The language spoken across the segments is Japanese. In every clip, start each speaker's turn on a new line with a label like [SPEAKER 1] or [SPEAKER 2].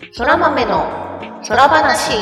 [SPEAKER 1] そら豆の空話。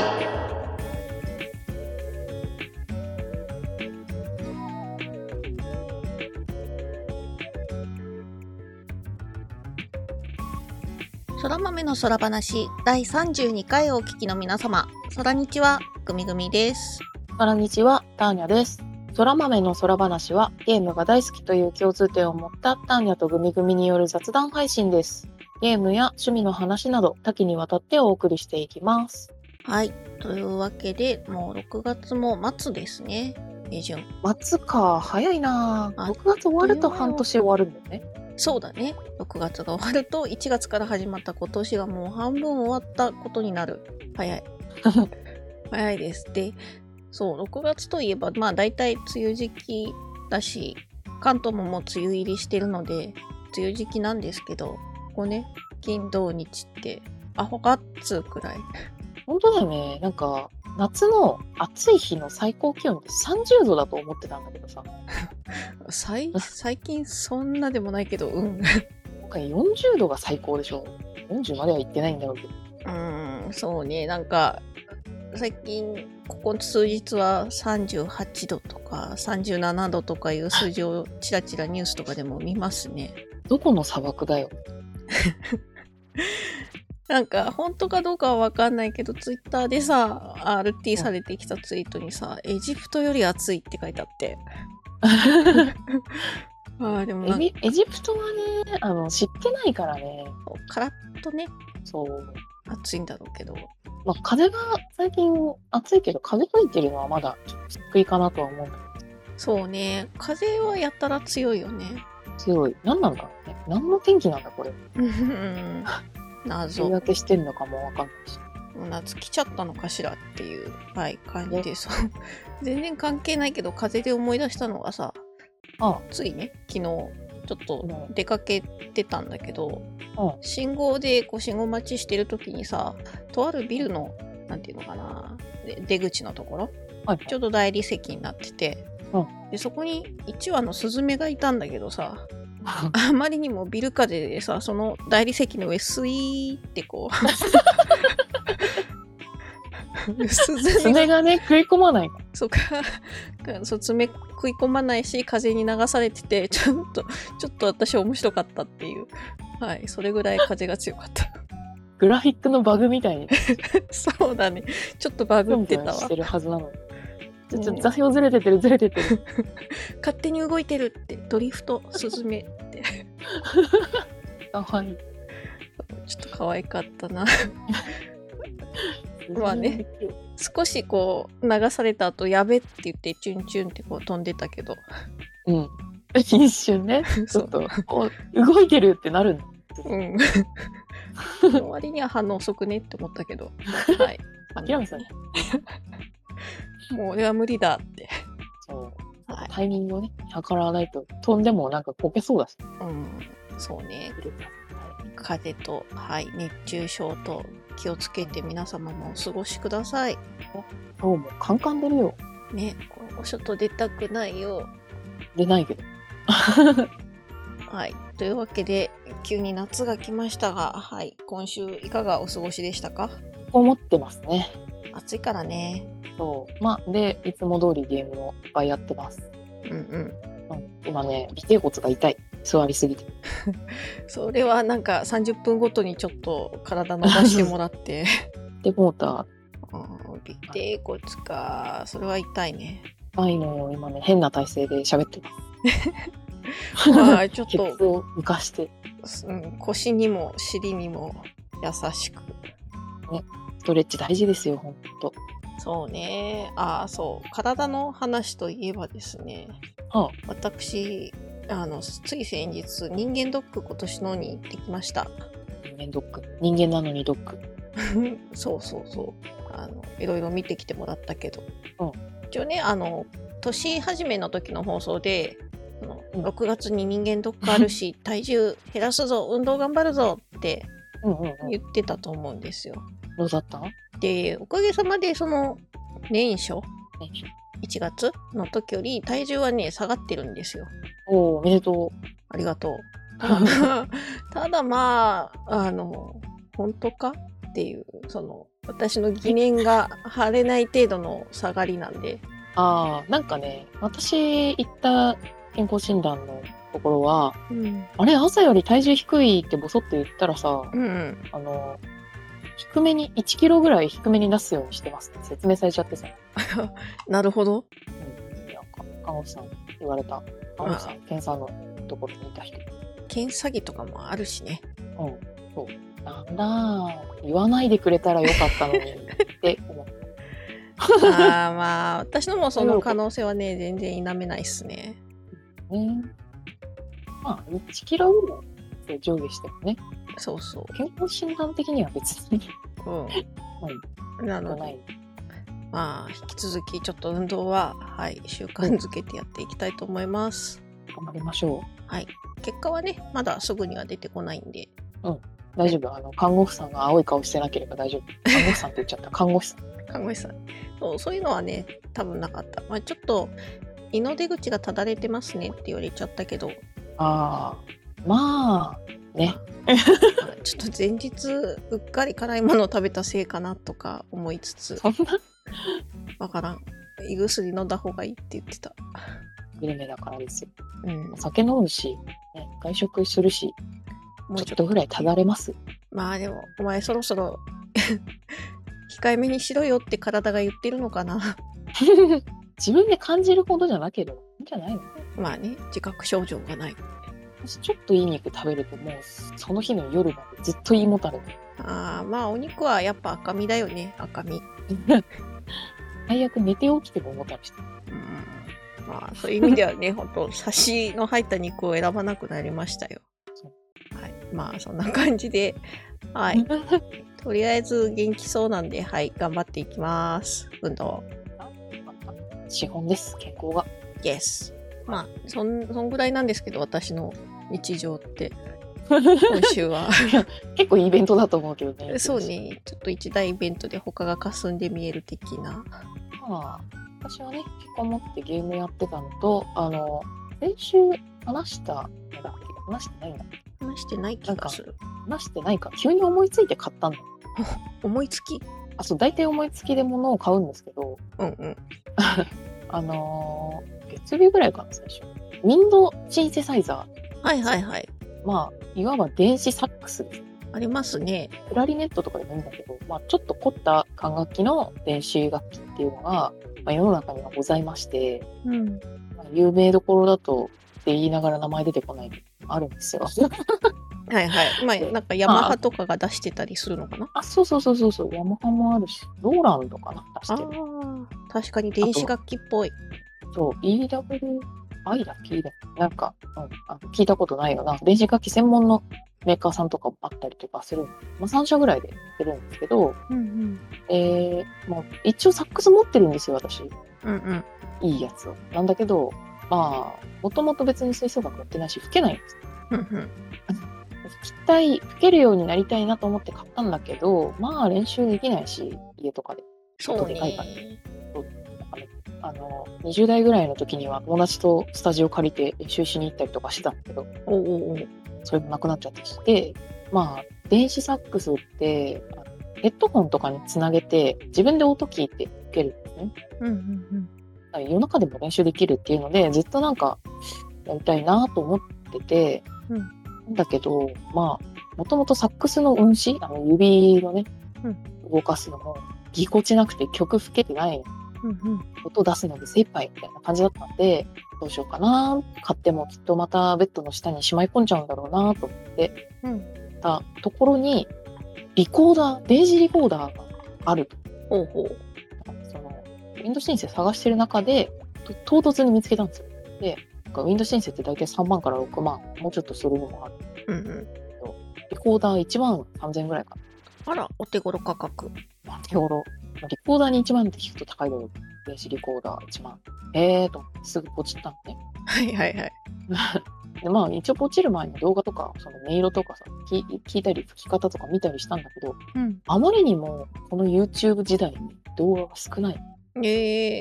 [SPEAKER 1] そら豆の空話第32回をお聞きの皆様、そらにちは、ぐみぐみです。
[SPEAKER 2] こんにちは、ターニャです。空豆の空話はゲームが大好きという共通点を持ったターニャとグミグミによる雑談配信です。ゲームや趣味の話など多岐にわたってお送りしていきます。
[SPEAKER 1] はい、というわけでもう6月も末ですね。下旬。
[SPEAKER 2] 末か、早いな。6月終わると半年終わるんだよね。
[SPEAKER 1] そうだね。6月が終わると1月から始まった今年がもう半分終わったことになる。早い。早いです。で、そう、6月といえば、まあ大体梅雨時期だし、関東ももう梅雨入りしてるので、梅雨時期なんですけど、ここね、金土日って、アホかっつうくらい。
[SPEAKER 2] 本当だよね。なんか、夏の暑い日の最高気温って30度だと思ってたんだけどさ。
[SPEAKER 1] 最近そんなでもないけど、
[SPEAKER 2] 今回40度が最高でしょ。40までは行ってないんだろうけど。
[SPEAKER 1] そうね、なんか、最近、ここ数日は38度とか37度とかいう数字をちらちらニュースとかでも見ますね。
[SPEAKER 2] どこの砂漠だよ。
[SPEAKER 1] なんか本当かどうかはわかんないけど、ツイッターでさ、RT されてきたツイートにさ、エジプトより暑いって書いてあって。でも
[SPEAKER 2] エジプトはね、湿気ないからね。
[SPEAKER 1] カラッとね、
[SPEAKER 2] そう
[SPEAKER 1] 暑いんだろうけど。
[SPEAKER 2] まあ、風が最近暑いけど、風吹いてるのはまだ低いかなとは思うんだけど。
[SPEAKER 1] そうね、風はやったら強いよね。
[SPEAKER 2] 強い。何なんだろうね。何の天気なんだこれ。
[SPEAKER 1] 謎。
[SPEAKER 2] 梅雨明けしてんのかもわかんないし。
[SPEAKER 1] 夏来ちゃったのかしらっていう、感じで、全然関係ないけど、風で思い出したのがさ、ついね、昨日、ちょっと出かけてたんだけど、信号で信号待ちしてる時にさ、とあるビルの、なんていうのかな、出口のところ、ちょうど大理石になってて、でそこに1羽のスズメがいたんだけどさ、あまりにもビル風でさ、その大理石の上スイーってスズメがね
[SPEAKER 2] 食い込まない
[SPEAKER 1] そうかスズメ食い込まないし、風に流されてて、ちょっと私面白かったっていう、それぐらい風が強かった
[SPEAKER 2] グラフィックのバグみたいに
[SPEAKER 1] そうだね、ちょっとバグってたわ。
[SPEAKER 2] してるはずなの。ちょっと座標ずれてる
[SPEAKER 1] 勝手に動いてるって、ドリフトスズメって
[SPEAKER 2] かわいい。
[SPEAKER 1] ちょっと可愛かったなまあね、少し流された後やべって言ってチュンチュンって飛んでたけど、
[SPEAKER 2] 一瞬ねちょっと動いてるってなるんだ。
[SPEAKER 1] その割には反応遅くねって思ったけど、
[SPEAKER 2] 諦めたね
[SPEAKER 1] もう俺は無理だって。
[SPEAKER 2] そう、タイミングをね測らないと飛んでもなんかこけそうだし。
[SPEAKER 1] そうね。風と、熱中症と気をつけて皆様もお過ごしください。
[SPEAKER 2] もうカンカン出るよ。
[SPEAKER 1] ね、お外出たくないよ。
[SPEAKER 2] 出ないけど。
[SPEAKER 1] というわけで急に夏が来ましたが、今週いかがお過ごしでしたか？
[SPEAKER 2] 思ってますね。
[SPEAKER 1] 暑いからね。
[SPEAKER 2] でいつも通りゲームをいっぱいやってます。今ね尾てい骨が痛い。座りすぎて
[SPEAKER 1] それはなんか30分ごとにちょっと体伸ばしてもらって
[SPEAKER 2] でもうた
[SPEAKER 1] 尾てい骨か、それは痛いね。
[SPEAKER 2] 今ね変な体勢で喋って
[SPEAKER 1] ますちょっと
[SPEAKER 2] ケツを浮かして、
[SPEAKER 1] 腰にも尻にも優しく
[SPEAKER 2] ね。ストレッチ大事ですよ、ほんと。
[SPEAKER 1] そうね。そう体の話といえばですね、私つい先日人間ドック今年のに行ってきました。
[SPEAKER 2] 人間ドック、人間なのにドック
[SPEAKER 1] そういろいろ見てきてもらったけど、一応ね年始めの時の放送で6月に人間ドックあるし体重減らすぞ、運動頑張るぞって言ってたと思うんですよ。
[SPEAKER 2] どうだった？
[SPEAKER 1] でおかげさまでその年初1月の時より体重はね下がってるんですよ。
[SPEAKER 2] おめでとう。
[SPEAKER 1] ありがとう。ただ本当かっていう、私の疑念が晴れない程度の下がりなんで。
[SPEAKER 2] なんかね、私行った健康診断のところは、あれ、朝より体重低いってボソッと言ったらさ、低めに、1キロぐらい低めに出すようにしてますって説明されちゃってさ。
[SPEAKER 1] なるほど。
[SPEAKER 2] なんか、看護師さん言われた。看護師さん、検査のところにいた人。
[SPEAKER 1] 検査着とかもあるしね。
[SPEAKER 2] そう。なんだ、言わないでくれたらよかったのにって思った。
[SPEAKER 1] まあ、私のもその可能性はね、全然否めないっすね。
[SPEAKER 2] まあ、1キロぐらいで上下してもね。
[SPEAKER 1] そうそう。
[SPEAKER 2] 健康診断的には別に。
[SPEAKER 1] なので、まあ、引き続きちょっと運動は、習慣づけてやっていきたいと思います。
[SPEAKER 2] 頑張りましょ
[SPEAKER 1] う。結果はね、まだすぐには出てこないんで。
[SPEAKER 2] 大丈夫。看護婦さんが青い顔してなければ大丈夫。看護婦さんって言っちゃった。看護師さん。
[SPEAKER 1] 看護師さん。そういうのはね、多分なかった。まあ、ちょっと、胃の出口がただれてますねって言われちゃったけど。
[SPEAKER 2] まあ、ね。
[SPEAKER 1] ちょっと前日、うっかり辛いものを食べたせいかなとか思いつつ。
[SPEAKER 2] そんな
[SPEAKER 1] わからん。胃薬飲んだ方がいいって言ってた。
[SPEAKER 2] グルメだからですよ。酒飲むし、外食するし、ちょっとぐらいただれます。
[SPEAKER 1] まあでも、お前そろそろ控えめにしろよって体が言ってるのかな。
[SPEAKER 2] 自分で感じるほどじゃなければいいんじゃないの？
[SPEAKER 1] まあね、自覚症状がない。
[SPEAKER 2] 私ちょっといい肉食べるともうその日の夜までずっと胃もたれ。
[SPEAKER 1] まあお肉はやっぱ赤身だよね、赤身。
[SPEAKER 2] 最悪寝て起きてももたれしてる。
[SPEAKER 1] まあそういう意味ではね、本当サシの入った肉を選ばなくなりましたよ。まあそんな感じで、とりあえず元気そうなんで、頑張っていきます。運動。
[SPEAKER 2] 資本です、健康が。
[SPEAKER 1] Yes。まあそんぐらいなんですけど、私の日常って。今週は
[SPEAKER 2] 結構いいイベントだと思うけどね。
[SPEAKER 1] そうね、ちょっと一大イベントで他が霞んで見える的な。
[SPEAKER 2] 私はね、引きこもってゲームやってたのと、先週話したんだっけ？話してないんだっけ？
[SPEAKER 1] 話してない気がする。
[SPEAKER 2] 話してないか。急に思いついて買ったんだ。
[SPEAKER 1] 思いつき？
[SPEAKER 2] そう、大体思いつきで物を買うんですけど、月日ぐらいかな、最初。ウィンドシンセサイザー。いわば電子サックスです。
[SPEAKER 1] ありますね。
[SPEAKER 2] クラリネットとかでもいいんだけど、ちょっと凝った管楽器の電子楽器っていうのが、世の中にはございまして、有名どころだとって言いながら名前出てこないのあるんですよ。
[SPEAKER 1] なんかヤマハとかが出してたりするのかな？
[SPEAKER 2] そう。ヤマハもあるし、ローランドかな出してる。
[SPEAKER 1] 確かに電子楽器っぽい。
[SPEAKER 2] そう、EWI だっけ？なんか、聞いたことないよな。電子楽器専門のメーカーさんとかもあったりとかする。3社ぐらいでやってるんですけど、一応サックス持ってるんですよ、私。いいやつを。なんだけど、もともと別に吹奏楽やってないし、吹けないんです。吹けるようになりたいなと思って買ったんだけど、練習できないし、家とかで。
[SPEAKER 1] そうね。
[SPEAKER 2] でかいから20代ぐらいの時には友達とスタジオ借りて練習しに行ったりとかしてたんだけど、それもなくなっちゃってして、電子サックスってヘッドホンとかにつなげて自分で音聞いて吹けるんですね。夜中でも練習できるっていうのでずっとなんかやりたいなと思ってて、なんだけどもともとサックスの運指指のね、動かすのもぎこちなくて曲吹けてない、音出すので精一杯みたいな感じだったんで、どうしようかな、買ってもきっとまたベッドの下にしまい込んじゃうんだろうなと思ってたところに、電子リコーダーがあると。そのウィンドシンセ探してる中で唐突に見つけたんですよ。で、ウィンドシンセって大体3万から6万、もうちょっとするのもある。リコーダー1万3000円ぐらいかな。
[SPEAKER 1] あら、お手頃価格。
[SPEAKER 2] 手頃。リコーダーに1万って聞くと高いだろう。電子リコーダー1万。と思ってすぐポチったのね。で一応ポチる前に動画とかその音色とかさ聞いたり吹き方とか見たりしたんだけど、あまりにもこの YouTube 時代に動画が少ない。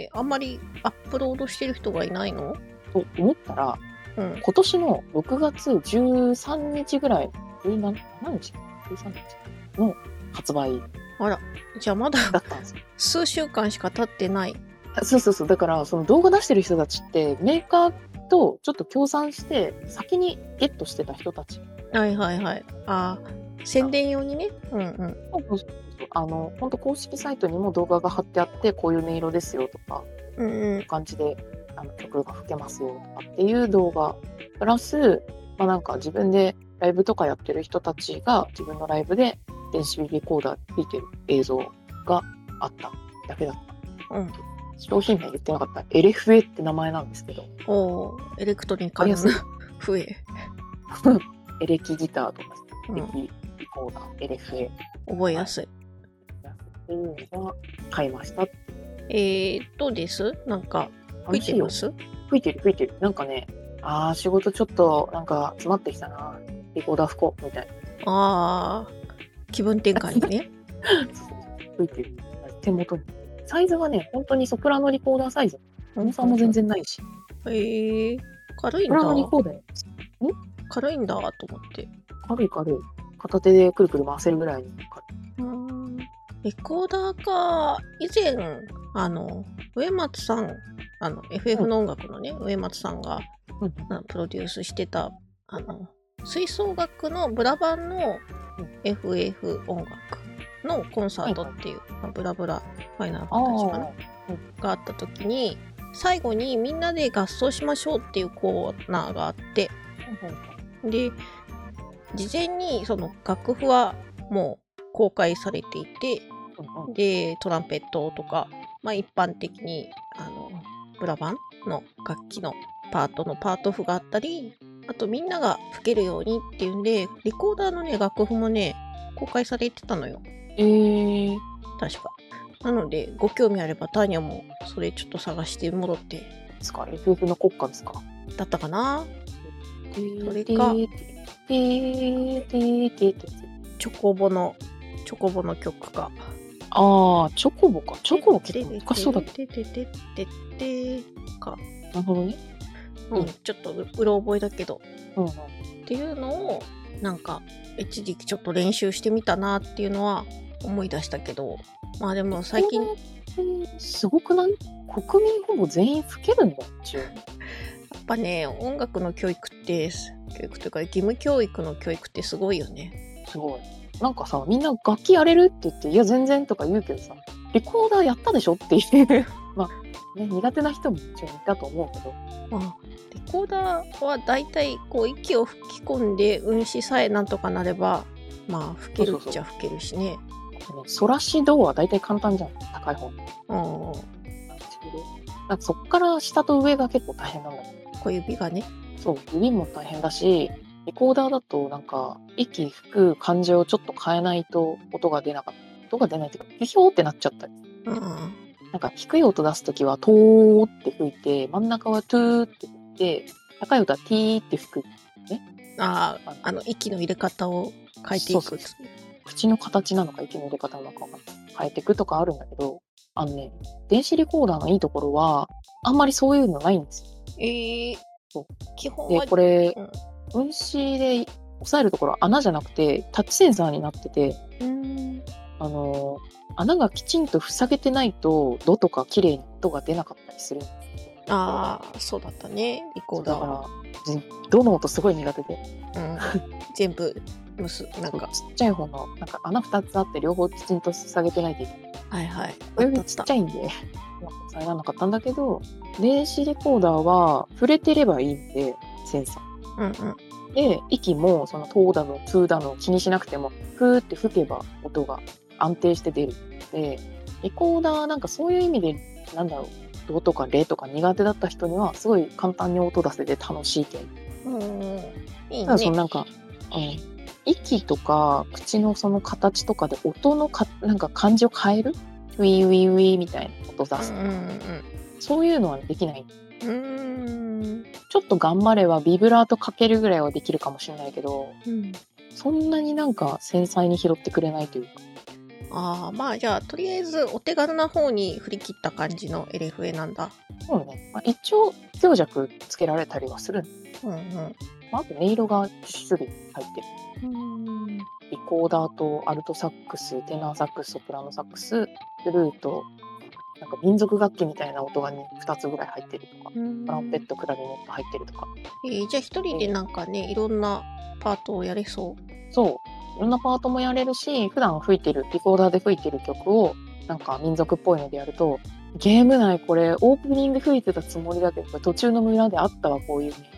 [SPEAKER 1] あんまりアップロードしてる人がいないの
[SPEAKER 2] と思ったら、今年の6月13日ぐらい17日13日の発売
[SPEAKER 1] あら、じゃあまだ
[SPEAKER 2] だったんですよ。
[SPEAKER 1] 数週間しか経ってない。
[SPEAKER 2] そうそうそう。だから、その動画出してる人たちって、メーカーとちょっと協賛して、先にゲットしてた人たち。
[SPEAKER 1] はいはいはい。ああ、宣伝用にね。うんうん。
[SPEAKER 2] そうそうそう。本当公式サイトにも動画が貼ってあって、こういう音色ですよとか、
[SPEAKER 1] うんうん。
[SPEAKER 2] 感じで曲が吹けますよとかっていう動画。プラス、まあなんか自分でライブとかやってる人たちが自分のライブで電子レコーダーで吹いてる映像があっただけだった。
[SPEAKER 1] うん。
[SPEAKER 2] 商品名言ってなかった。LFA って名前なんですけど。
[SPEAKER 1] おー、エレクトニカルな笛。
[SPEAKER 2] エレキギターとか、
[SPEAKER 1] うん
[SPEAKER 2] エレキリコーダー、LFA。
[SPEAKER 1] 覚えやすい。
[SPEAKER 2] っていうのが買いました。
[SPEAKER 1] どうですなんか、吹いてます
[SPEAKER 2] 吹いてる。なんかね、仕事ちょっとなんか詰まってきたな。リコーダー吹こう、みたいな。
[SPEAKER 1] ああ、気分転換にね。
[SPEAKER 2] 吹いてる。手元に。サイズはね、本当にソプラノリコーダーサイズ。重さも全然ないし。
[SPEAKER 1] 軽いんだ。
[SPEAKER 2] ソプラノリコーダー。
[SPEAKER 1] 軽いんだと思って。
[SPEAKER 2] 軽い。片手でくるくる回せるぐらいに軽い。
[SPEAKER 1] レコーダーか、以前、植松さん、FF の音楽のね、植松さんが、プロデュースしてた、吹奏楽のブラバンの FF 音楽のコンサートっていう、ブラブラファイナルファンタジーかな、があった時に、最後にみんなで合奏しましょうっていうコーナーがあって、で、事前にその楽譜はもう公開されていて、で、トランペットとか、まあ一般的に、ブラバンの楽器のパート譜があったり、あとみんなが吹けるようにっていうんで、リコーダーのね、楽譜もね、公開されてたのよ。確か。なので、ご興味あれば、ターニャもそれちょっと探してもろって。
[SPEAKER 2] ですか ?FF の国歌ですか
[SPEAKER 1] だったかなそれか、チョコボの曲か。
[SPEAKER 2] チョコボか。チョコボ結構難しそうだった。
[SPEAKER 1] か。
[SPEAKER 2] なるほどね。
[SPEAKER 1] ちょっとうろ覚えだけど。っていうのを、なんか、一時期ちょっと練習してみたなっていうのは思い出したけど、まあでも最近。
[SPEAKER 2] すごくない？国民ほぼ全員吹けるんだ、一応。
[SPEAKER 1] やっぱね、音楽の教育というか、義務教育の教育ってすごいよね。
[SPEAKER 2] すごい。なんかさ、みんな楽器やれるって言って、いや、全然とか言うけどさ、リコーダーやったでしょっていう。まあ、ね、苦手な人ももちろんいたと思うけど。
[SPEAKER 1] リコーダーはだいたいこう息を吹き込んで運指さえなんとかなれば、まあ吹けるっちゃ吹けるしね。
[SPEAKER 2] ソラシドはだいたい簡単じゃん、高い方。なんかそっから下と上が結構大変なんだよ。
[SPEAKER 1] 小指がね。
[SPEAKER 2] そう、指も大変だし、リコーダーだとなんか息吹く感じをちょっと変えないと音が出ないっていうか、ピヒョーってなっちゃったり。なんか低い音出すときはトーって吹いて、真ん中はトゥーって吹いて、高い音はティーって吹く。ね。
[SPEAKER 1] 息の入れ方を変えていく。
[SPEAKER 2] そう口の形なのか息の入れ方なのか変えていくとかあるんだけど、電子リコーダーのいいところは、あんまりそういうのないんですよ。そう
[SPEAKER 1] 基本は。
[SPEAKER 2] で、これ、運指で押さえるところは穴じゃなくて、タッチセンサーになってて、穴がきちんと塞げてないと、ドとか綺麗に音が出なかったりするんですけど。
[SPEAKER 1] そうだったね、リコーダーは。
[SPEAKER 2] だから、どの音すごい苦手で。
[SPEAKER 1] 全部、なんか。
[SPEAKER 2] ちっちゃい方の、なんか穴2つあって両方きちんと塞げてないといけない。これちっちゃいんで、下げらなかったんだけど、電子リコーダーは触れてればいいんで、センサー。で、息もそのトーだのトゥーだの気にしなくても、ふーって吹けば音が安定して出る。で、リコーダーなんかそういう意味で、なんだろう、ドとかレとか苦手だった人には、すごい簡単に音出せて楽しいけど。
[SPEAKER 1] いいね。
[SPEAKER 2] ただそのなんか、息とか口のその形とかで音のなんか感じを変えるウィーウィーウィーみたいな音出すとか、そういうのはできない。ちょっと頑張ればビブラートかけるぐらいはできるかもしれないけど、そんなになんか繊細に拾ってくれないというか。
[SPEAKER 1] まあじゃあとりあえずお手軽な方に振り切った感じの LFA なんだ。
[SPEAKER 2] そうね。一応強弱つけられたりはする。あと音色が10種類入ってる。 リコーダーとアルトサックス、テナーサックス、ソプラノサックス、フルート、なんか民族楽器みたいな音が2つぐらい入ってるとか、トランペット、クラリネット入ってるとか。
[SPEAKER 1] じゃあ一人でなんかね、いろんなパートをやれそう。
[SPEAKER 2] そう。いろんなパートもやれるし、普段リコーダーで吹いてる曲を、なんか民族っぽいのでやると、ゲーム内これオープニング吹いてたつもりだけど、途中の村であったわ、こういうね。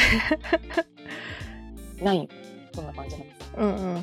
[SPEAKER 2] ないよ。そんな感じなんです。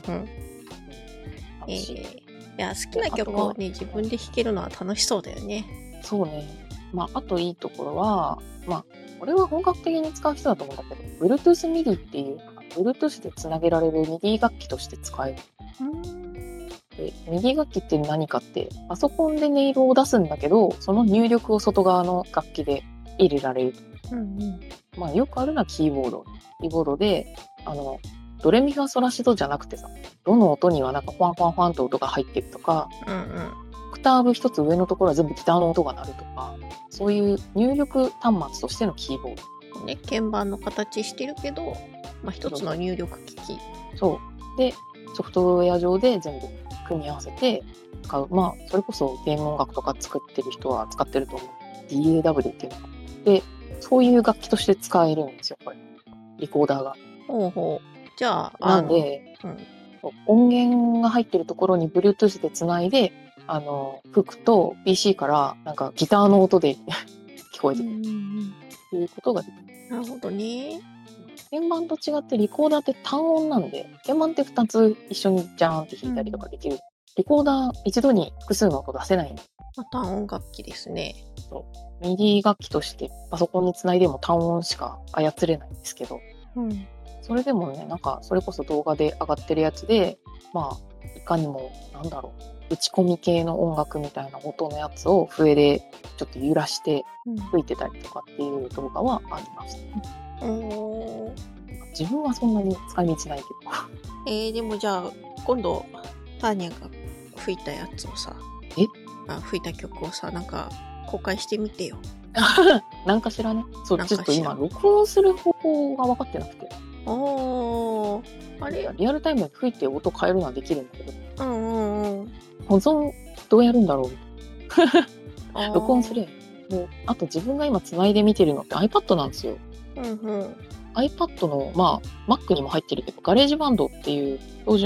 [SPEAKER 1] いや、好きな曲をね、自分で弾けるのは楽しそうだよね。
[SPEAKER 2] そうね。あといいところは、これは本格的に使う人だと思うんだけど、Bluetooth MIDI っていう、Bluetooth でつなげられる MIDI 楽器として使える。で、MIDI 楽器って何かって、パソコンで音色を出すんだけど、その入力を外側の楽器で入れられる。よくあるのはキーボードで、ドレミファソラシドじゃなくてさ、どの音にはなんかファンファンファンと音が入ってるとか、オクターブ一つ上のところは全部ギターの音が鳴るとか、そういう入力端末としてのキーボード。
[SPEAKER 1] ね、鍵盤の形してるけど、一つの入力機器。
[SPEAKER 2] そう。で、ソフトウェア上で全部組み合わせて使う。それこそゲーム音楽とか作ってる人は使ってると思う。DAW っていうのか。で、そういう楽器として使えるんですよ、これ。リコーダーが。
[SPEAKER 1] じゃあ、
[SPEAKER 2] なんで、音源が入ってるところに Bluetooth でつないで、吹くと PC からなんかギターの音で聞こえてくるっていうことができる。
[SPEAKER 1] なるほどね。
[SPEAKER 2] 鍵盤と違ってリコーダーって単音なんで、鍵盤って2つ一緒にジャーンって弾いたりとかできる。リコーダー一度に複数の音出せないんで。
[SPEAKER 1] 単音楽器ですね。
[SPEAKER 2] そう。MIDI 楽器としてパソコンにつないでも単音しか操れないんですけど、それでもね、なんかそれこそ動画で上がってるやつで、いかにも打ち込み系の音楽みたいな音のやつを笛でちょっと揺らして吹いてたりとかっていう動画はありましたね。自分はそんなに使い道ないけ
[SPEAKER 1] ど。でもじゃあ今度ターニャが吹いたやつをさ、吹いた曲をさ、なんか公開してみてよ。
[SPEAKER 2] なんかしらね。そう、ちょっと今録音する方法が分かってなくて。
[SPEAKER 1] あれ
[SPEAKER 2] リアルタイムで吹いて音変えるのはできるんだけど。
[SPEAKER 1] 保
[SPEAKER 2] 存どうやるんだろう録音すれば。もうあと自分が今つないで見てるのって iPad なんですよ。iPad のMac にも入ってるけど、ガレージバンドっていう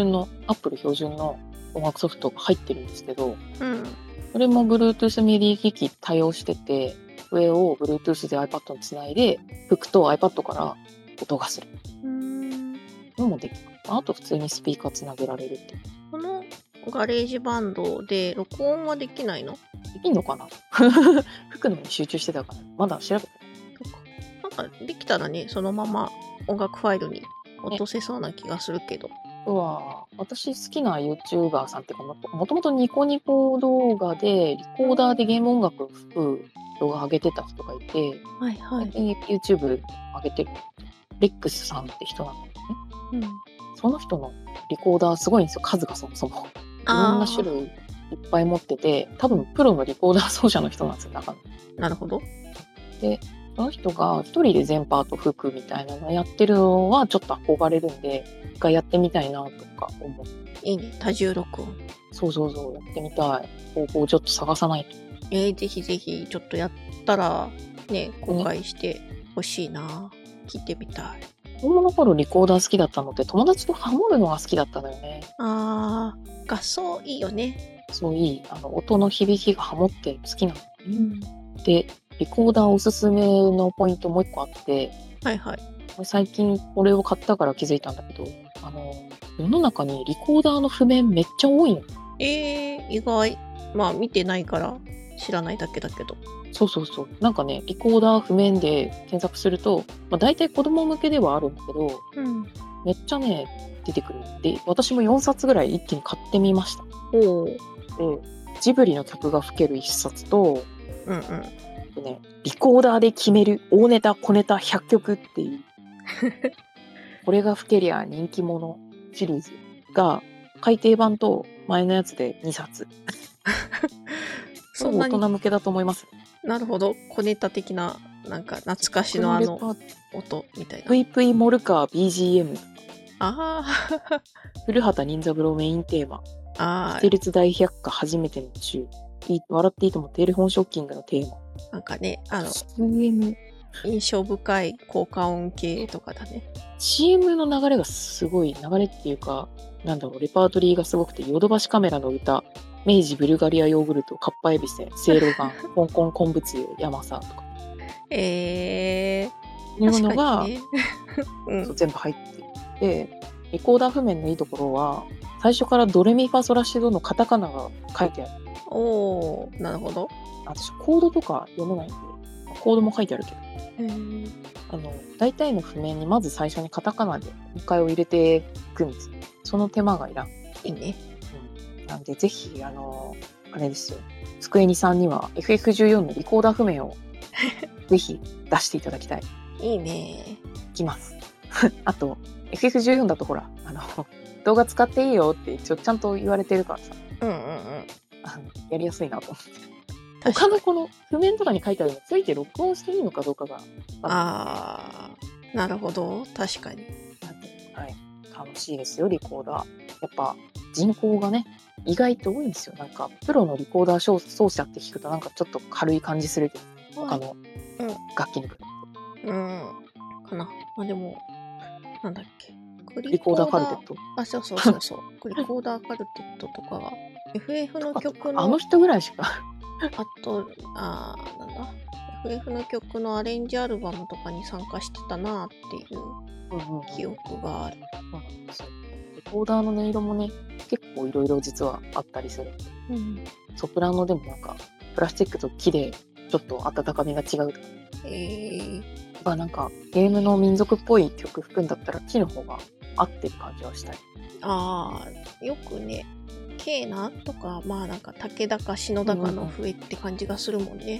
[SPEAKER 2] Apple 標準の音楽ソフトが入ってるんですけど、それも Bluetooth MIDI 機器対応してて、上を Bluetooth で iPad につないで吹くと iPad から音がするのもできる。あと普通にスピーカーつなげられるって。
[SPEAKER 1] このガレージバンドで録音はできないの？
[SPEAKER 2] できんのかな吹くのに集中してたからまだ調べてない。
[SPEAKER 1] なんかできたらね、そのまま音楽ファイルに落とせそうな気がするけど。
[SPEAKER 2] 私好きな YouTuber さんっていうか、もともとニコニコ動画でリコーダーでゲーム音楽を吹く動画上げてた人がいて、最近 YouTube 上げてるレックスさんって人なんだよね。その人のリコーダーすごいんですよ、数がそもそも。いろんな種類いっぱい持ってて、多分プロのリコーダー奏者の人なんですよ、だから。
[SPEAKER 1] なるほど。
[SPEAKER 2] で、その人が一人で全パート吹くみたいなのをやってるのはちょっと憧れるんで、一回やってみたいなとか思う。
[SPEAKER 1] いいね、多重録音。
[SPEAKER 2] そう、やってみたい。方法をちょっと探さないと。
[SPEAKER 1] ぜひぜひ、ちょっとやったら、ね、公開してほしいな。聞いてみたい。
[SPEAKER 2] 子供の頃リコーダー好きだったので、友達とハモるのが好きだったのよね。
[SPEAKER 1] 合奏いいよね。
[SPEAKER 2] そう、いい。音の響きがハモって好きなの。で、リコーダーおすすめのポイントもう一個あって、最近これを買ったから気づいたんだけど、世の中にリコーダーの譜面めっちゃ多いの。
[SPEAKER 1] 意外。見てないから知らないだけだけど。
[SPEAKER 2] そう。なんかね、リコーダー譜面で検索すると、大体子供向けではあるんだけど、めっちゃね、出てくる。で、私も4冊ぐらい一気に買ってみました。で、ジブリの曲が吹ける1冊と、リコーダーで決める大ネタ小ネタ100曲っていうこれが吹けりゃ人気者シリーズが改訂版と前のやつで2冊そんなに大人向けだと思います。
[SPEAKER 1] なるほど。小ネタ的な、なんか懐かしの音みたいな。
[SPEAKER 2] ぷいぷいモルカー BGM。 古畑任三郎メインテーマ、キテレツ大百科初めての週、笑っていいともテレフォンショッキングのテーマ。
[SPEAKER 1] なんかね、
[SPEAKER 2] CM、
[SPEAKER 1] 印象深い効果音系とかだね。
[SPEAKER 2] CM の流れがすごい、流れっていうか、なんだろう、レパートリーがすごくて、ヨドバシカメラの歌、明治ブルガリアヨーグルト、カッパエビセ、セイロガン、香港昆布つゆ、ヤマサとか。いうのが、
[SPEAKER 1] ね
[SPEAKER 2] そう全部入っていて、リコーダー譜面のいいところは、最初からドレミファソラシドのカタカナが書いてある。
[SPEAKER 1] おー、なるほど。
[SPEAKER 2] 私、コードとか読めないんで、コードも書いてあるけど。大体の譜面にまず最初にカタカナで音階を入れていくんです。その手間がいらん。
[SPEAKER 1] いいね。
[SPEAKER 2] なんでぜひあれですよ。机にさんには FF14 のリコーダー譜面をぜひ出していただきたい。
[SPEAKER 1] いいね。
[SPEAKER 2] いきます。あと FF14 だとほら動画使っていいよって一応ちゃんと言われてるからさ。やりやすいなと思って。他のこの譜面とかに書いてあるのついて録音していいのかどうかが。
[SPEAKER 1] なるほど。確かに。
[SPEAKER 2] はい。楽しいですよ、リコーダー。やっぱ人口がね、意外と多いんですよ。なんか、プロのリコーダー奏者って聞くとなんかちょっと軽い感じするけど、他の楽器に比べて。
[SPEAKER 1] かな。でも、なんだっけ。
[SPEAKER 2] リコーダーカルテット。
[SPEAKER 1] そう。リコーダーカルテットとかが、FF の曲の。
[SPEAKER 2] あの人ぐらいしか。
[SPEAKER 1] あと、なんだ。FF の曲のアレンジアルバムとかに参加してたなっていう記憶がある。
[SPEAKER 2] リコーダーの音色もね、結構いろいろ実はあったりする。ソプラノでもなんか、プラスチックと木でちょっと温かみが違うとか。なんか、ゲームの民族っぽい曲吹くんだったら木の方が合ってる感じはしたい。
[SPEAKER 1] よくね、ケーナとか、なんか武田か篠田かの笛って感じがするもんね。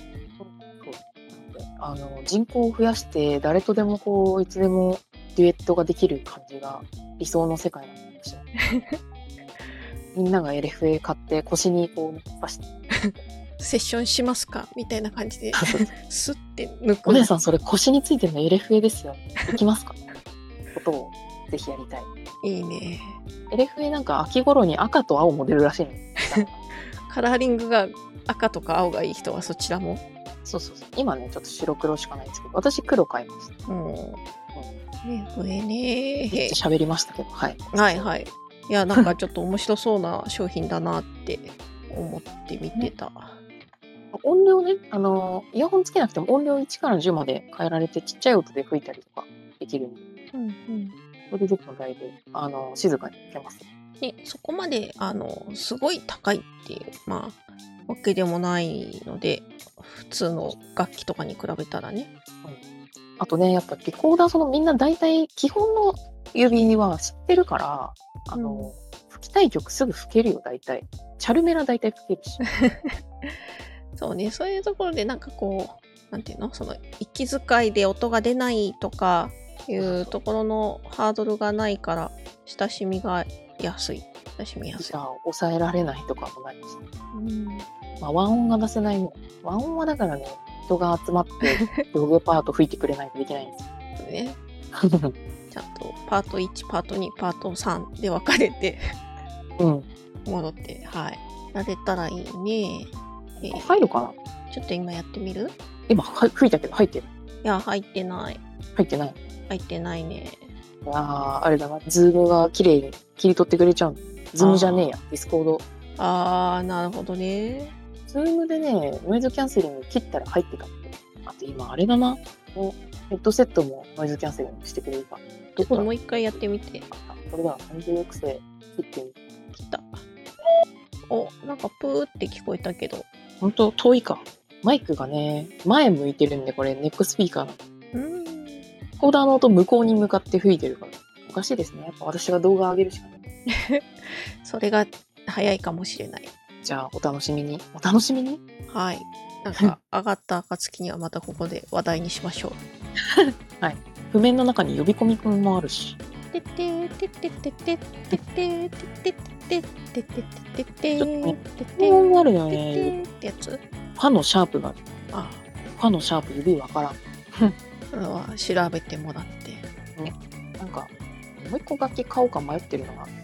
[SPEAKER 2] 人口を増やして誰とでもいつでもデュエットができる感じが理想の世界なんですよ。みんなが LFA 買って腰に刺して
[SPEAKER 1] セッションしますかみたいな感じでスッて抜く。
[SPEAKER 2] お姉さんそれ腰についてるの LFA ですよ。行きますかことをぜひやりたい。
[SPEAKER 1] いいね。
[SPEAKER 2] LFA なんか秋頃に赤と青も出るらしいの。
[SPEAKER 1] カラーリングが赤とか青がいい人はそちらも。
[SPEAKER 2] そう。今ねちょっと白黒しかないんですけど、私黒買いました。
[SPEAKER 1] これね。
[SPEAKER 2] めっちゃ喋りましたけど、はい。
[SPEAKER 1] はい。いやなんかちょっと面白そうな商品だなって思って見てた。
[SPEAKER 2] 音量ね、イヤホンつけなくても音量1から10まで変えられてちっちゃい音で吹いたりとかできるんで。それで10分台で静かに吹けます。
[SPEAKER 1] そこまですごい高いっていうわけでもないので、普通の楽器とかに比べたらね。
[SPEAKER 2] あとね、やっぱリコーダーみんな大体基本の指は知ってるから、吹きたい曲すぐ吹けるよ、大体。チャルメラ大体吹けるし。
[SPEAKER 1] そうね、そういうところでなんかなんていうの、その息遣いで音が出ないとかいうところのハードルがないから親しみやすい。
[SPEAKER 2] 抑えられないとかもないし。和音が出せないの。和音はだからね、人が集まって上下パート吹いてくれないとできないんですよ。
[SPEAKER 1] ね。ちゃんとパート1、パート2、パート3で分かれて戻って、慣れたらいいね。
[SPEAKER 2] 入るかな？
[SPEAKER 1] ちょっと今やってみる？
[SPEAKER 2] 今吹いたけど入ってる？
[SPEAKER 1] いや、入ってない。
[SPEAKER 2] 入ってない？
[SPEAKER 1] 入ってないね。
[SPEAKER 2] あれだな、ズームが綺麗に切り取ってくれちゃうの。ズームじゃねえや、ディスコード。
[SPEAKER 1] なるほどね。
[SPEAKER 2] ズームでね、ノイズキャンセリング切ったら入ってたって。あと今あれだな、ヘッドセットもノイズキャンセリングしてくれるか。
[SPEAKER 1] ちょっともう一回やってみて。
[SPEAKER 2] これだ、30抑制切ってみる。
[SPEAKER 1] 切った。なんかプーって聞こえたけど。
[SPEAKER 2] ほんと遠いか。マイクがね、前向いてるんで、これネックスピーカーなの。コーダーの音向こうに向かって吹いてるから。おかしいですね。やっぱ私が動画上げるしかない。
[SPEAKER 1] それが早いかもしれない。
[SPEAKER 2] じゃあお楽しみに。お楽しみに？
[SPEAKER 1] はい。なんか上がった暁にはまたここで話題にしましょう。
[SPEAKER 2] はい。譜面の中に呼び込みくんもあるし。
[SPEAKER 1] てってててててててててててててて
[SPEAKER 2] 音もあるよね。
[SPEAKER 1] ってやつ？
[SPEAKER 2] ファのシャープがある。ファのシャープ指わからん。
[SPEAKER 1] それは調べてもらって。
[SPEAKER 2] なんかもう一個楽器買おうか迷ってるのがあるんですけ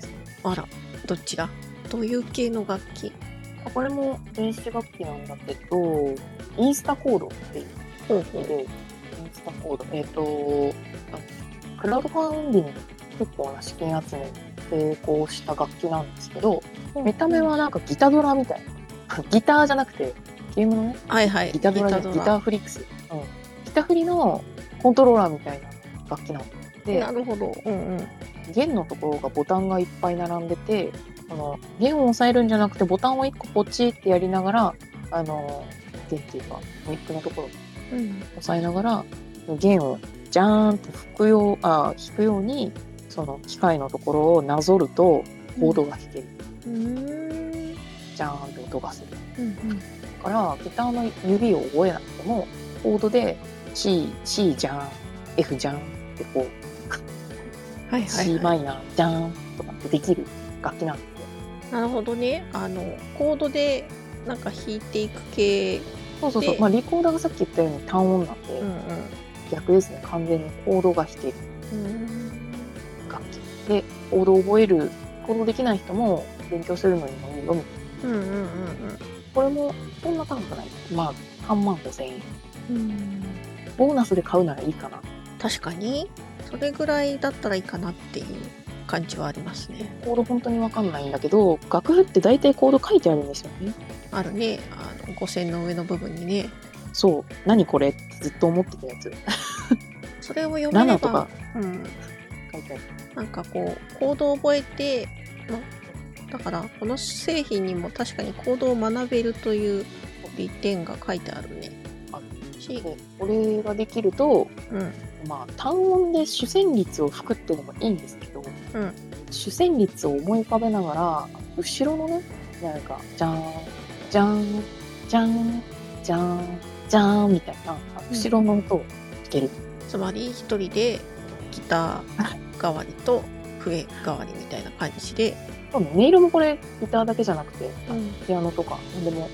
[SPEAKER 1] あら、どちら？どういう系の楽器？
[SPEAKER 2] これも電子楽器なんだけど、インスタコードっていう楽器で、インスタコード、クラウドファンディング結構な資金集めに成功した楽器なんですけど、見た目はなんかギタドラみたいな。ギターじゃなくて、ゲームのね、
[SPEAKER 1] はいはい、
[SPEAKER 2] ギタドラじゃないギターフリックス。ギタフリのコントローラーみたいな楽器なんで、
[SPEAKER 1] なるほど。
[SPEAKER 2] 弦のところがボタンがいっぱい並んでて、弦を押さえるんじゃなくてボタンを1個ポチってやりながら、弦っていうかネックのところを押さえながら、弦をジャーンと弾くようにその機械のところをなぞるとコードが弾ける。ジャーンと音がする。だからギターの指を覚えなくてもコードで C ジャーン F ジャーンってこう、C マイナージャーンとかってできる楽器なんですよ。
[SPEAKER 1] なるほどね。コードでなんか弾いていく系。
[SPEAKER 2] そう。まあリコーダーがさっき言ったように単音なんで、逆ですね。完全にコードが弾ける楽器で、コードを覚える、コードできない人も勉強するのにもいいよみたいな。これもそんな高くない。まあ35,000円。ボーナスで買うならいいかな。
[SPEAKER 1] 確かにそれぐらいだったらいいかなっていう感じはありますね。
[SPEAKER 2] コード本当に分かんないんだけど、楽譜って大体コード書いてあるんですよね。
[SPEAKER 1] あるね。五線の上の部分にね。
[SPEAKER 2] そう。何これってずっと思ってたやつ。
[SPEAKER 1] それを読めれば
[SPEAKER 2] 7とか、書いてある。
[SPEAKER 1] なんかこうコードを覚えて、だからこの製品にも確かにコードを学べるという利点が書いてあるね。
[SPEAKER 2] これができると、まあ単音で主旋律を吹くっていうのもいいんですけど、主旋律を思い浮かべながら後ろのね、なんかジャーンジャーンジャーンジャーンジャーンみたいな後ろの音を弾ける。
[SPEAKER 1] つまり一人でギター代わりと笛代わりみたいな感じで。
[SPEAKER 2] 音色もこれギターだけじゃなくて、ピアノとかでも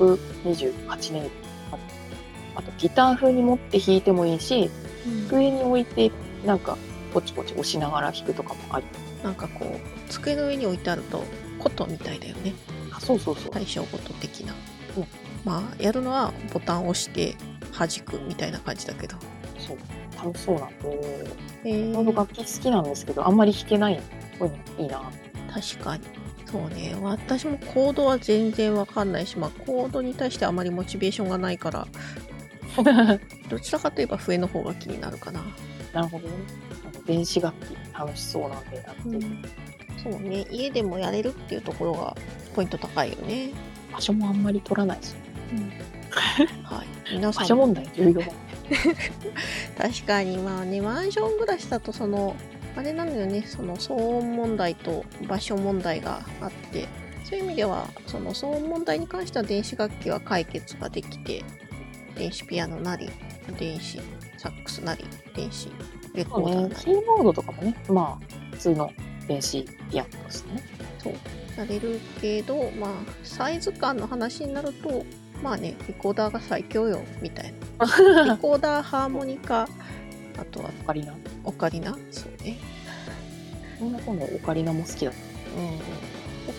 [SPEAKER 2] 128音色。あとギター風に持って弾いてもいいし、机に置いてなんかポチポチ押しながら弾くとかもあり。
[SPEAKER 1] なんかこう机の上に置いてあると琴みたいだよね。
[SPEAKER 2] そう
[SPEAKER 1] 対象琴的な。まあやるのはボタンを押して弾くみたいな感じだけど。
[SPEAKER 2] そう楽しそうなんで、楽器好きなんですけどあんまり弾けない。こういうのいいな。
[SPEAKER 1] 確かに。そうね。私もコードは全然わかんないし、コードに対してあまりモチベーションがないから。どちらかといえば笛の方が気になるかな。
[SPEAKER 2] なるほどね。電子楽器楽しそうなんでやってる。
[SPEAKER 1] そうね。家でもやれるっていうところがポイント高いよね。
[SPEAKER 2] 場所もあんまり取らないし。
[SPEAKER 1] はい。皆さん
[SPEAKER 2] 場所問題重要。
[SPEAKER 1] 確かにマンション暮らしだとあれなんだよね。騒音問題と場所問題があって、そういう意味では騒音問題に関しては電子楽器は解決ができて。電子ピアノなり、電子サックスなり、電子レコーダーなり。
[SPEAKER 2] キーボードとかもね、普通の電子ピアノとしてね。
[SPEAKER 1] そう。やれるけど、サイズ感の話になると、リコーダーが最強よ、みたいな。リコーダー、ハーモニカ、あとはオカリナそうね。
[SPEAKER 2] そんな今度オカリナも好きだった。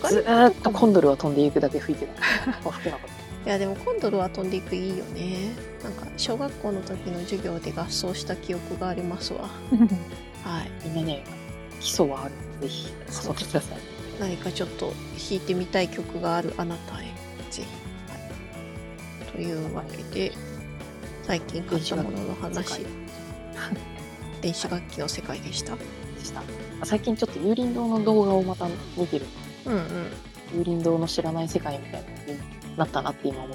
[SPEAKER 2] ず
[SPEAKER 1] ー
[SPEAKER 2] っとコンドルは飛んでいくだけ吹いてた。吹けなかった。
[SPEAKER 1] いやでもコンドルは飛んでいくいいよね。なんか小学校の時の授業で合奏した記憶がありますわ。はい。
[SPEAKER 2] みんなね、基礎はあるのでぜひ遊んでください。
[SPEAKER 1] 何かちょっと弾いてみたい曲があるあなたへぜひ。はい、というわけで最近買ったものの話。電子楽器の世界でした。
[SPEAKER 2] 最近ちょっと有林堂の動画をまた見てる。有林堂の知らない世界みたいな。なったなって今思った。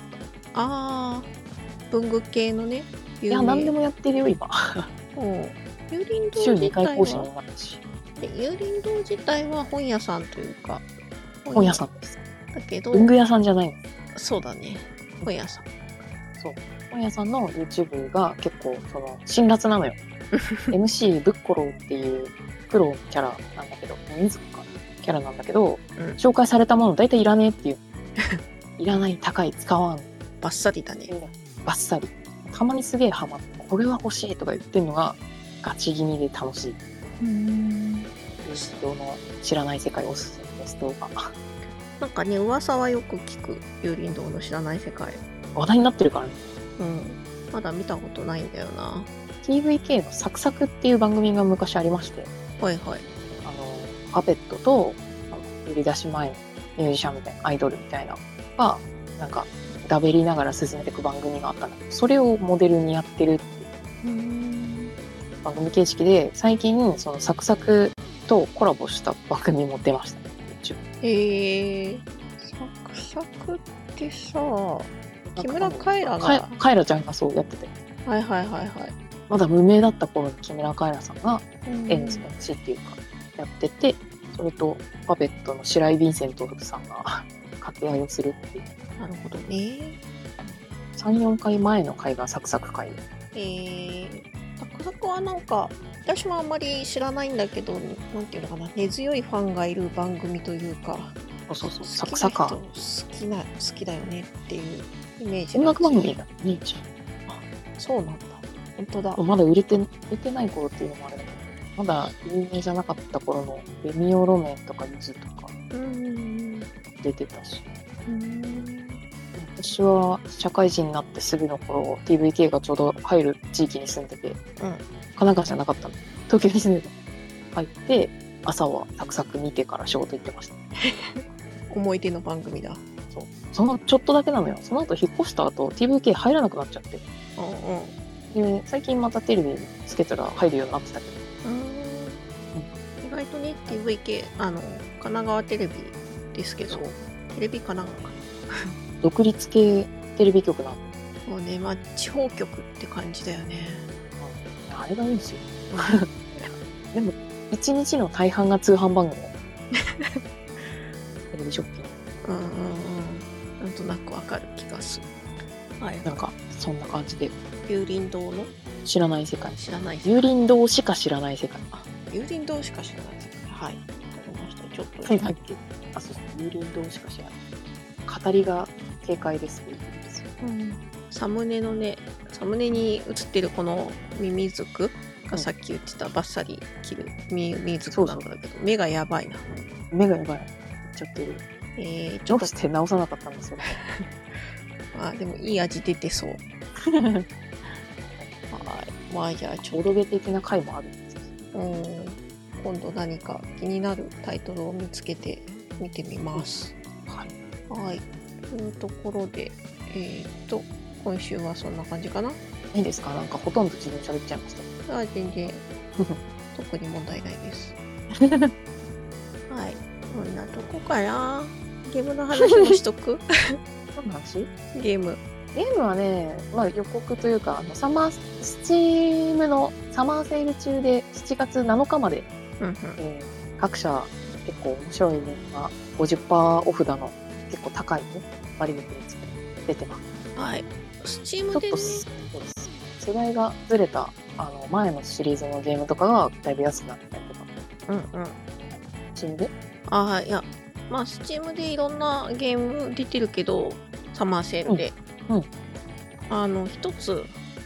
[SPEAKER 1] 文具系のね。
[SPEAKER 2] いや何でもやってるよ今。
[SPEAKER 1] 有林堂
[SPEAKER 2] 週2回講師になったし。
[SPEAKER 1] 有林堂自体は本屋さんというか。
[SPEAKER 2] 本屋さんです。
[SPEAKER 1] だけど
[SPEAKER 2] 文具屋さんじゃないんです。
[SPEAKER 1] そうだね。本屋さん。
[SPEAKER 2] そう。本屋さんの YouTube が結構辛辣なのよ。MC ブッコローっていうプロキャラなんだけど、水かキャラなんだけど、紹介されたもの大体いらねえっていう。いらない、高い、使わん。
[SPEAKER 1] バッサリだね。
[SPEAKER 2] バッサリ。たまにすげえハマって、これは欲しいとか言ってるのがガチ気味で楽しい。有林堂の知らない世界おすすめ。 ストが
[SPEAKER 1] なんかね、噂はよく聞く。幽林堂の知らない世界。
[SPEAKER 2] 話題になってるからね。
[SPEAKER 1] まだ見たことないんだよな。
[SPEAKER 2] TVK のサクサクっていう番組が昔ありまして、
[SPEAKER 1] はいはい。
[SPEAKER 2] パペットと売り出し前のミュージシャンみたいなアイドルみたいながなんかダベりながら進めていく番組があったんだけど、それをモデルにやってるっていう番組形式で、最近そのサクサクとコラボした番組も出ましたね。
[SPEAKER 1] サクサクってさ、木村カエラが
[SPEAKER 2] カエラちゃんがそうやってて、
[SPEAKER 1] はいはいはいはい。
[SPEAKER 2] まだ無名だった頃に木村カエラさんが演じっていうかやってて、それとパペットの白井ヴィンセントさんが掛け合いをするっていう。
[SPEAKER 1] なるほどね。
[SPEAKER 2] 3、4回前の回がサクサク回。
[SPEAKER 1] サクサクはなんか私もあんまり知らないんだけど、なんていうのかな、根強いファンがいる番組というか、
[SPEAKER 2] そうサ
[SPEAKER 1] 好
[SPEAKER 2] クサカ
[SPEAKER 1] 好きだよねっていうイメージ
[SPEAKER 2] 音
[SPEAKER 1] が
[SPEAKER 2] 楽番組だね。
[SPEAKER 1] そうなんだ。本当だ。
[SPEAKER 2] まだ売れてない頃っていうのもあれだけど、まだ有名じゃなかった頃のレミオロメンとかユズとか出てたし、私は社会人になってすぐの頃 TVK がちょうど入る地域に住んでて、神奈川じゃなかったの、東京に住んでて入って朝はサクサク見てから仕事行ってました。
[SPEAKER 1] 思い出の番組だ。
[SPEAKER 2] そのちょっとだけなのよ。その後引っ越した後 TVK 入らなくなっちゃって、で最近またテレビつけたら入るようになってたけど、
[SPEAKER 1] 意外とね TVK 神奈川テレビですけど、テレビ神奈川か
[SPEAKER 2] 独立系テレビ局なの。
[SPEAKER 1] もうね、まあ地方局って感じだよね。
[SPEAKER 2] あれがいいんですよ。でも一日の大半が通販番組テレビショッピング。
[SPEAKER 1] なんとなくわかる気がする。はい。
[SPEAKER 2] なんかそんな感じで。
[SPEAKER 1] 幽林堂の
[SPEAKER 2] 知らない世界。
[SPEAKER 1] 知らない。
[SPEAKER 2] 幽林堂しか知らない世界。
[SPEAKER 1] 幽林堂しか知らない世界。はい。わかりました。ちょっと。
[SPEAKER 2] そうだっけ。幽林堂しか知らない。語りが軽快です。
[SPEAKER 1] サムネに映ってるこのミミズクがさっき言ってたバッサリ切るミミズクなんだけど、目がやばいな。
[SPEAKER 2] 目がやばい。ちょっとどうして直さなかったんですよ。
[SPEAKER 1] でもいい味出てそう。まあじゃあ
[SPEAKER 2] おどげ的な回もあるんですよ。
[SPEAKER 1] 今度何か気になるタイトルを見つけて見てみます。はい。というところで、今週はそんな感じかな。
[SPEAKER 2] いいですか？なんかほとんど自分喋っちゃいました。
[SPEAKER 1] 全然特に問題ないです。はい。こんなとこかな。ゲームの話もしとく。
[SPEAKER 2] 何の話？
[SPEAKER 1] ゲーム
[SPEAKER 2] はね、予告というかスチームのサマーセール中で7月7日まで、各社結構面白いものが 50% オフだの結構高いね割引に出てます。
[SPEAKER 1] はい。スチームで、ね、
[SPEAKER 2] ちょっと世代がずれた前のシリーズのゲームとかがだいぶ安くなったりとか。スチームで？いや、
[SPEAKER 1] スチームでいろんなゲーム出てるけど、サマーセールで。一つ、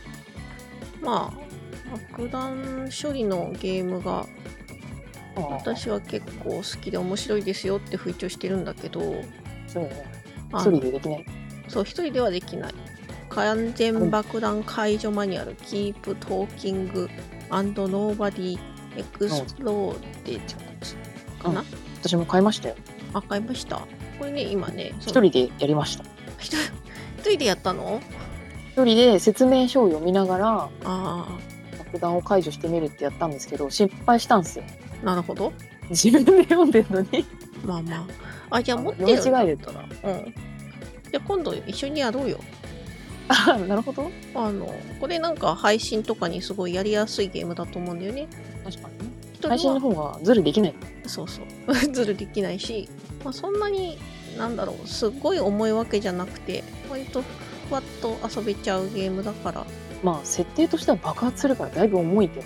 [SPEAKER 1] 爆弾処理のゲームが、私は結構好きで面白いですよって吹聴してるんだけど、
[SPEAKER 2] そうね。一人でできない。
[SPEAKER 1] そう、一人ではできない。完全爆弾解除マニュアル、Keep Talking and Nobody Exploded かな？
[SPEAKER 2] 私も買いましたよ。
[SPEAKER 1] 買いました。これね、今ね、
[SPEAKER 2] 一人でやりました。
[SPEAKER 1] 一人でやったの？
[SPEAKER 2] 一人で説明書を読みながら
[SPEAKER 1] 爆
[SPEAKER 2] 弾を解除してみるってやったんですけど、失敗したんですよ。
[SPEAKER 1] なるほど。
[SPEAKER 2] 自分で読んでるのに
[SPEAKER 1] じゃあ持ってるんだったら、
[SPEAKER 2] 読み違える
[SPEAKER 1] じゃあ今度一緒にやろうよ。
[SPEAKER 2] なるほど。
[SPEAKER 1] これなんか配信とかにすごいやりやすいゲームだと思うんだよね。
[SPEAKER 2] 確かにね。配信の方がズルできない。
[SPEAKER 1] そうズルできないし、そんなにすっごい重いわけじゃなくて、割とふわっと遊べちゃうゲームだから。
[SPEAKER 2] 設定としては爆発するからだいぶ重いけど。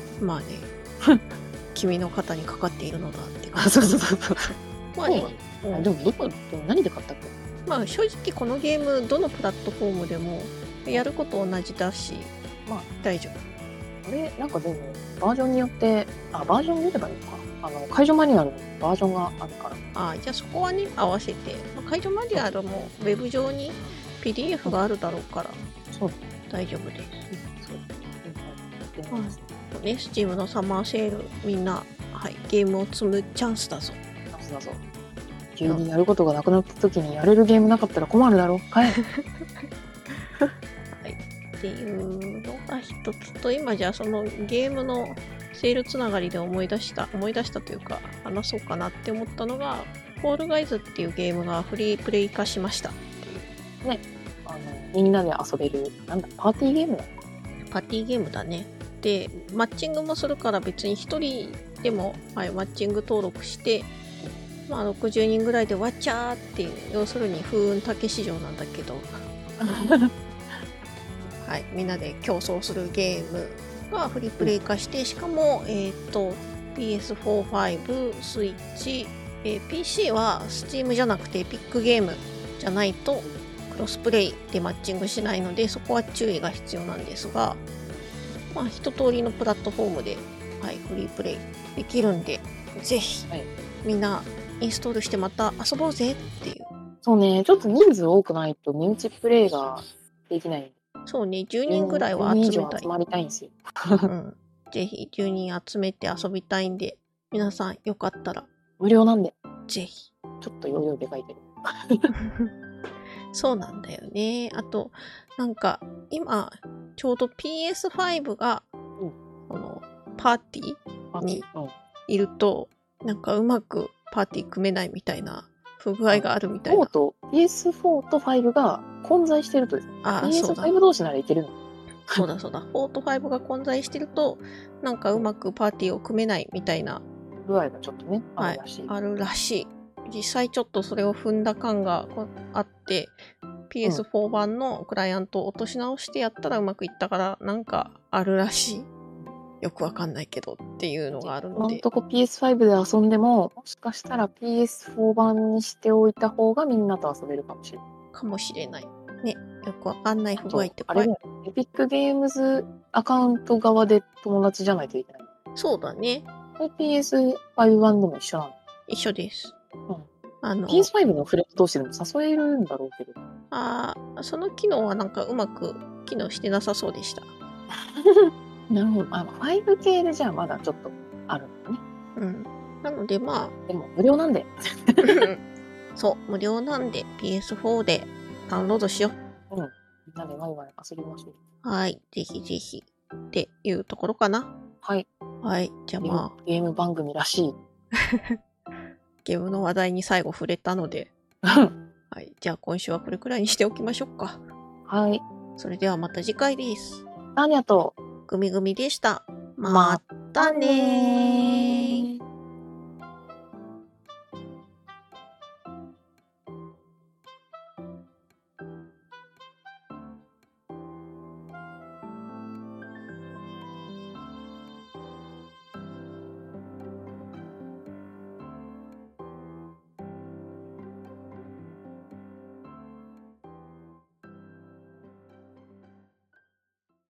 [SPEAKER 1] 君の肩にかかっているのだって
[SPEAKER 2] 感じ。そう。でも何で買ったっけ？
[SPEAKER 1] 正直このゲームどのプラットフォームでもやること同じだし、大丈夫。
[SPEAKER 2] これなんかでもバージョンによってバージョン見ればいいのか。解除マニュアルのバージョンがあるから。
[SPEAKER 1] じゃあそこはね合わせて、解除マニュアルもウェブ上に PDF があるだろうから
[SPEAKER 2] そう
[SPEAKER 1] 大丈夫です。
[SPEAKER 2] そう
[SPEAKER 1] ね、Steam のサマーセールみんな、はい、ゲームを積むチャンスだぞ。
[SPEAKER 2] 急にやることがなくなった時にやれるゲームなかったら困るだろ。はい。
[SPEAKER 1] っていうのが一つと、今じゃあそのゲームのセールつながりで思い出したというか話そうかなって思ったのが、フォールガイズっていうゲームがフリープレイ化しましたっていうね。
[SPEAKER 2] みんなで遊べるパーティーゲームだ。
[SPEAKER 1] パーティーゲームだね。でマッチングもするから別に1人でも、マッチング登録して、60人ぐらいでわっちゃーっていう、要するに風雲竹市場なんだけどはい、みんなで競争するゲームがフリープレイ化して、しかも、PS4、5、スイッチ、PC は Steam じゃなくて Epic ゲームじゃないとクロスプレイでマッチングしないので、そこは注意が必要なんですが、一通りのプラットフォームで、フリープレイできるんで、ぜひ、みんなインストールしてまた遊ぼうぜっていう。
[SPEAKER 2] そうね、ちょっと人数多くないと身内プレイができない。
[SPEAKER 1] そうね、10人ぐらいは集めたい。
[SPEAKER 2] 集まりたいんですよ。
[SPEAKER 1] ぜひ10人集めて遊びたいんで、皆さんよかったら。
[SPEAKER 2] 無料なんで。
[SPEAKER 1] ぜひ。
[SPEAKER 2] ちょっと余裕で書いてる。
[SPEAKER 1] そうなんだよね。あと、今、ちょうど PS5 が、パーティーにいると、うまくパーティー組めないみたいな不具合があるみたいな。
[SPEAKER 2] PS4 と5が混在してるとですね。PS5 同士ならいけるの。
[SPEAKER 1] そうだ。4と5が混在してると、うまくパーティーを組めないみたいな。
[SPEAKER 2] 具合がちょっとね、あるらしい。
[SPEAKER 1] あるらしい。実際ちょっとそれを踏んだ感があって、PS4 版のクライアントを落とし直してやったらうまくいったから、あるらしい。よくわかんないけどっていうのがあるので。
[SPEAKER 2] 今んとこ PS5 で遊んでも、もしかしたら PS4 版にしておいた方がみんなと遊べるかもしれない。
[SPEAKER 1] かもしれない。ね。よくわかんない不具合って怖い。
[SPEAKER 2] エピックゲームズアカウント側で友達じゃないといけない。
[SPEAKER 1] そうだね。
[SPEAKER 2] PS5 版でも一緒なの？
[SPEAKER 1] 一緒です。
[SPEAKER 2] PS5 のフレンド同士でも誘えるんだろうけど。
[SPEAKER 1] その機能はうまく機能してなさそうでした。
[SPEAKER 2] なるほど。5系でじゃあまだちょっとあるのね。
[SPEAKER 1] なのででも
[SPEAKER 2] 無料なんで。
[SPEAKER 1] そう、無料なんで PS4 でダウンロードしよ
[SPEAKER 2] う。みんなでワイワイ遊びましょう。
[SPEAKER 1] はい、ぜひぜひっていうところかな。
[SPEAKER 2] はい。
[SPEAKER 1] じゃあ
[SPEAKER 2] ゲーム番組らしい。
[SPEAKER 1] ゲームの話題に最後触れたので、じゃあ今週はこれくらいにしておきましょうか。
[SPEAKER 2] はい。
[SPEAKER 1] それではまた次回です。
[SPEAKER 2] ターニャと
[SPEAKER 1] グミグミでした。またねー。